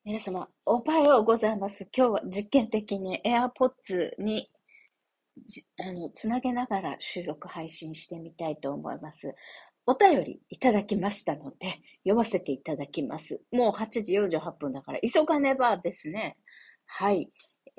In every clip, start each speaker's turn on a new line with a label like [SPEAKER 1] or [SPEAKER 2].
[SPEAKER 1] 皆様、おはようございます。今日は実験的に AirPods につなげながら収録配信してみたいと思います。お便りいただきましたので、読ませていただきます。もう8時48分だから、急がねばですね。はい。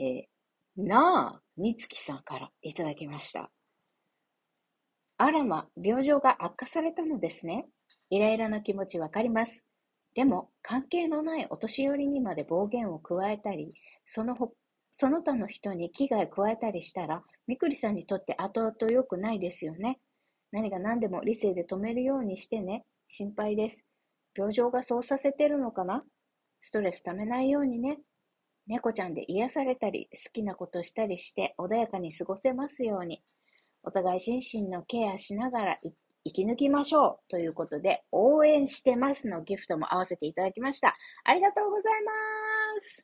[SPEAKER 1] につきさんからいただきました。あらま、病状が悪化されたのですね。イライラの気持ちわかります。でも、関係のないお年寄りにまで暴言を加えたり、その他の人に危害加えたりしたら、みくりさんにとって後々良くないですよね。何が何でも理性で止めるようにしてね。心配です。病状がそうさせてるのかな。ストレス溜めないようにね。猫ちゃんで癒されたり、好きなことしたりして穏やかに過ごせますように。お互い心身のケアしながら生き抜きましょうということで、応援してますのギフトも合わせていただきました。ありがとうございます。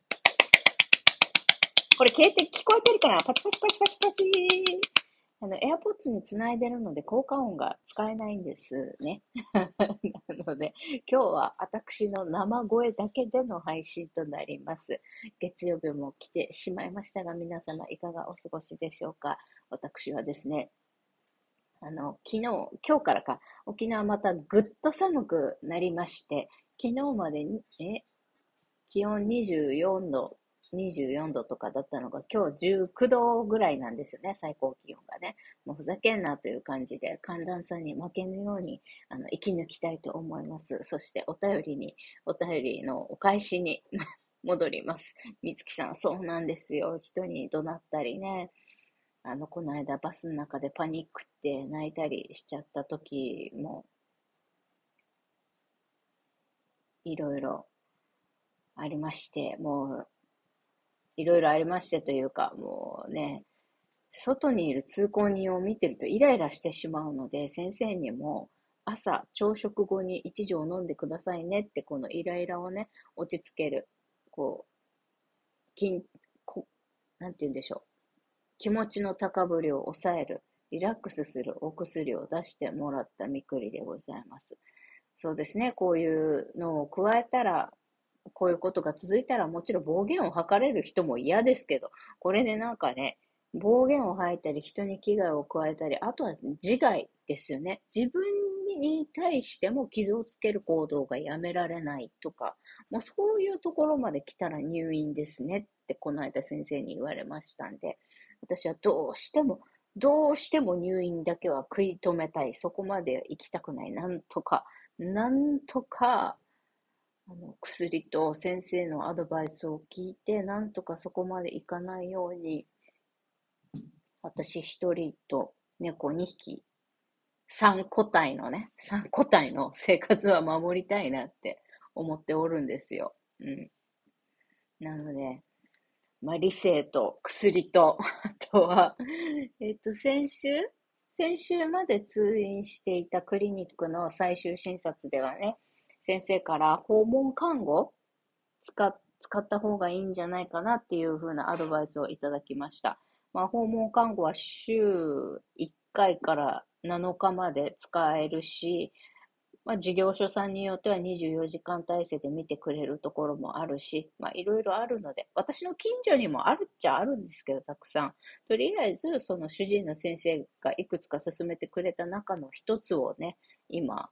[SPEAKER 1] これ聞こえてるかな。パチパチパチパチパチ。AirPods につないでるので効果音が使えないんですね。なので、今日は私の生声だけでの配信となります。月曜日も来てしまいましたが、皆様いかがお過ごしでしょうか。私はですね、今日からか、沖縄またぐっと寒くなりまして、昨日までに、気温24度、24度とかだったのが、今日19度ぐらいなんですよね、最高気温がね。もうふざけんなという感じで、寒暖差に負けぬように、生き抜きたいと思います。そして、お便りのお返しに戻ります。みつきさん、そうなんですよ。人に怒鳴ったりね。この間バスの中でパニックって泣いたりしちゃった時も、いろいろありまして、もう、いろいろありましてというか、もうね、外にいる通行人を見てるとイライラしてしまうので、先生にも、朝、朝食後に一錠飲んでくださいねって、このイライラをね、落ち着ける、こう、こなんて言うんでしょう。気持ちの高ぶりを抑える、リラックスするお薬を出してもらったみくりでございます。そうですね。こういうのを加えたら、こういうことが続いたら、もちろん暴言を吐かれる人も嫌ですけど、これでなんかね、暴言を吐いたり、人に危害を加えたり、あとは自害ですよね。自分に対しても傷をつける行動がやめられないとか、もうそういうところまで来たら入院ですねってこの間先生に言われましたんで、私はどうしても入院だけは食い止めたい。そこまで行きたくない。なんとか、薬と先生のアドバイスを聞いて、なんとかそこまでいかないように、私一人と猫2匹、3個体の生活は守りたいなって思っておるんですよ。うん。なので、まあ、理性と薬と、あとは、先週まで通院していたクリニックの最終診察ではね、先生から訪問看護使った方がいいんじゃないかなっていう風なアドバイスをいただきました。まあ、訪問看護は週1回から7日まで使えるし、まあ、事業所さんによっては24時間体制で見てくれるところもあるし、まあ、いろいろあるので、私の近所にもあるっちゃあるんですけど、たくさん。とりあえず、その主治医の先生がいくつか勧めてくれた中の一つをね、今、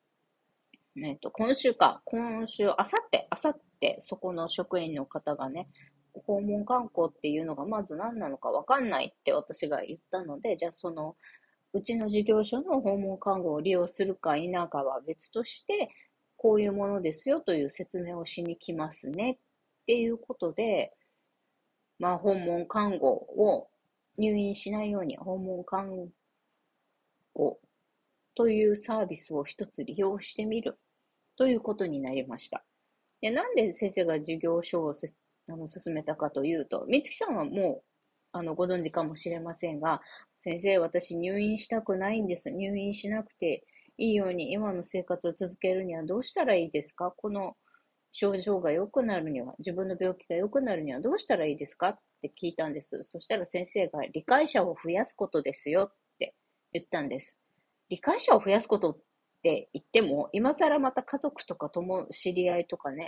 [SPEAKER 1] 今週、あさって、そこの職員の方がね、訪問観光っていうのがまず何なのかわかんないって私が言ったので、じゃあうちの事業所の訪問看護を利用するか否かは別として、こういうものですよという説明をしに来ますねっていうことで、まあ、訪問看護を入院しないように訪問看護というサービスを一つ利用してみるということになりました。で、なんで先生が授業書を進めたかというと、美月さんはもう、ご存知かもしれませんが、先生、私入院したくないんです。入院しなくていいように今の生活を続けるにはどうしたらいいですか。この症状が良くなるには、自分の病気が良くなるにはどうしたらいいですかって聞いたんです。そしたら先生が理解者を増やすことですよって言ったんです。理解者を増やすことって言っても、今更また家族とか知り合いとかね、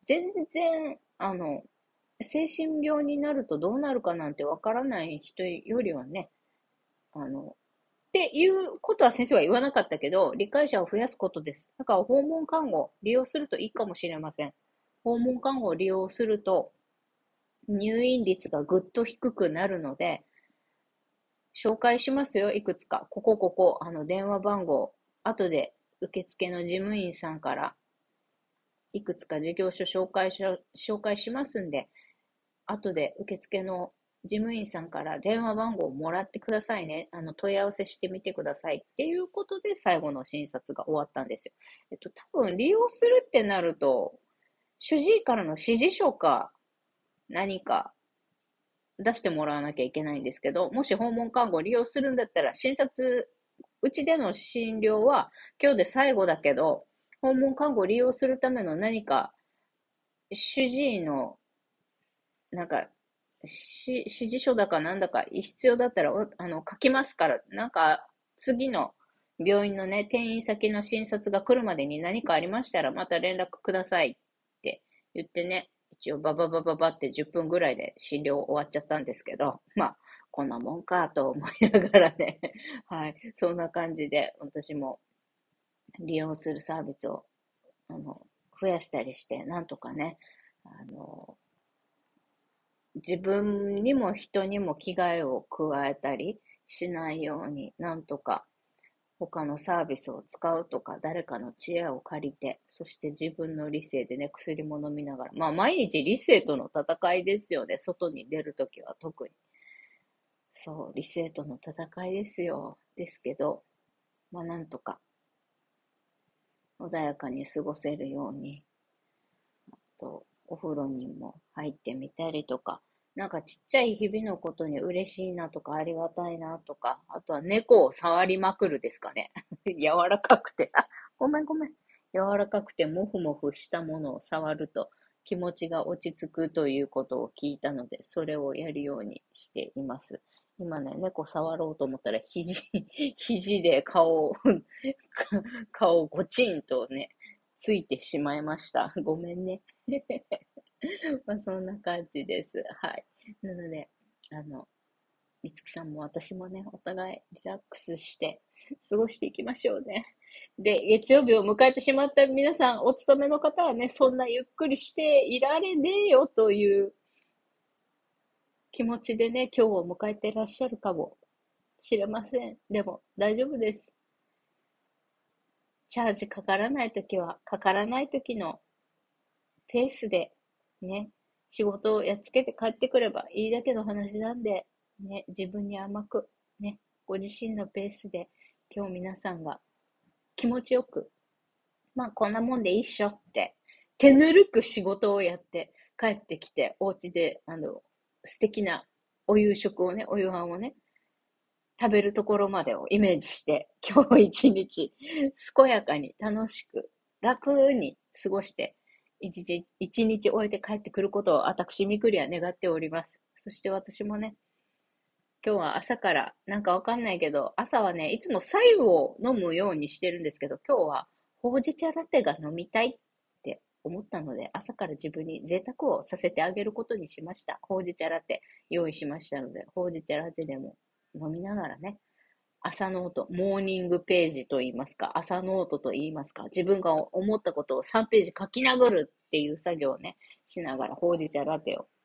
[SPEAKER 1] 全然、精神病になるとどうなるかなんてわからない人よりはね、っていうことは先生は言わなかったけど、理解者を増やすことです。だから訪問看護を利用するといいかもしれません。訪問看護を利用すると、入院率がぐっと低くなるので、紹介しますよ、いくつか。電話番号、後で受付の事務員さんからいくつか事業所紹介しますんで、後で受付の事務員さんから電話番号をもらってくださいね。問い合わせしてみてくださいっていうことで最後の診察が終わったんですよ。多分利用するってなると、主治医からの指示書か何か出してもらわなきゃいけないんですけど、もし訪問看護を利用するんだったら、うちでの診療は今日で最後だけど、訪問看護を利用するための何か、主治医の、なんか、指示書だかなんだか必要だったら、書きますから、次の病院のね、転院先の診察が来るまでに何かありましたら、また連絡くださいって言ってね、一応バババババって10分ぐらいで診療終わっちゃったんですけど、まあ、こんなもんかと思いながらね、はい、そんな感じで私も利用するサービスを、増やしたりして、なんとかね、あの、自分にも人にも危害を加えたりしないように、なんとか他のサービスを使うとか、誰かの知恵を借りて、そして自分の理性でね、薬も飲みながら。まあ、毎日理性との戦いですよね。外に出るときは特に。そう、理性との戦いですよ。ですけど、まあ、なんとか穏やかに過ごせるように、お風呂にも入ってみたりとか、なんかちっちゃい日々のことに嬉しいなとかありがたいなとか、あとは猫を触りまくるですかね。柔らかくて、ごめんごめん。柔らかくてもふもふしたものを触ると気持ちが落ち着くということを聞いたので、それをやるようにしています。今ね、猫触ろうと思ったら肘で顔をゴチンとね、ついてしまいました。ごめんね。まあ、そんな感じです。はい。なので、あの、いつきさんも私もね、お互いリラックスして過ごしていきましょうね。で、月曜日を迎えてしまった皆さん、お勤めの方はね、そんなゆっくりしていられねえよという気持ちでね、今日を迎えていらっしゃるかもしれません。でも、大丈夫です。チャージかからないときは、かからないときのペースで、ね、仕事をやっつけて帰ってくればいいだけの話なんで、ね、自分に甘く、ね、ご自身のペースで、今日皆さんが気持ちよく、まあこんなもんでいいっしょって、手ぬるく仕事をやって帰ってきて、お家で、素敵なお夕食をね、お夕飯をね、食べるところまでをイメージして、今日一日、健やかに楽しく、楽に過ごして、一日終えて帰ってくることを私、みくりは願っております。そして私もね、今日は朝から、なんかわかんないけど、朝はね、いつも白湯を飲むようにしてるんですけど、今日はほうじ茶ラテが飲みたいって思ったので、朝から自分に贅沢をさせてあげることにしました。ほうじ茶ラテ用意しましたので、ほうじ茶ラテでも飲みながらね、朝ノート、モーニングページと言いますか、朝ノートと言いますか、自分が思ったことを3ページ書き殴るっていう作業をね、しながらほうじ茶ラテを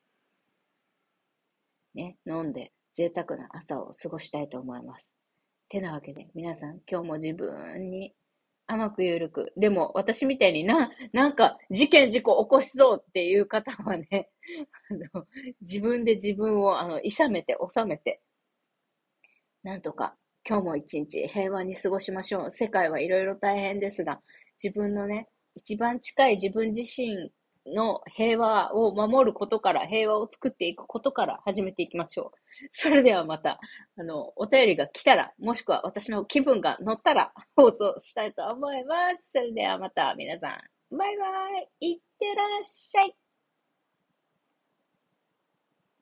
[SPEAKER 1] ね、飲んで贅沢な朝を過ごしたいと思います。てなわけで、皆さん今日も自分に甘くゆるく、でも私みたいになんか事故起こしそうっていう方はね、あの自分で自分を諌めて収めて、なんとか今日も一日平和に過ごしましょう。世界はいろいろ大変ですが、自分のね、一番近い自分自身の平和を守ることから、平和を作っていくことから始めていきましょう。それではまた、お便りが来たら、もしくは私の気分が乗ったら放送したいと思います。それではまた皆さん、バイバイ、いってらっしゃい。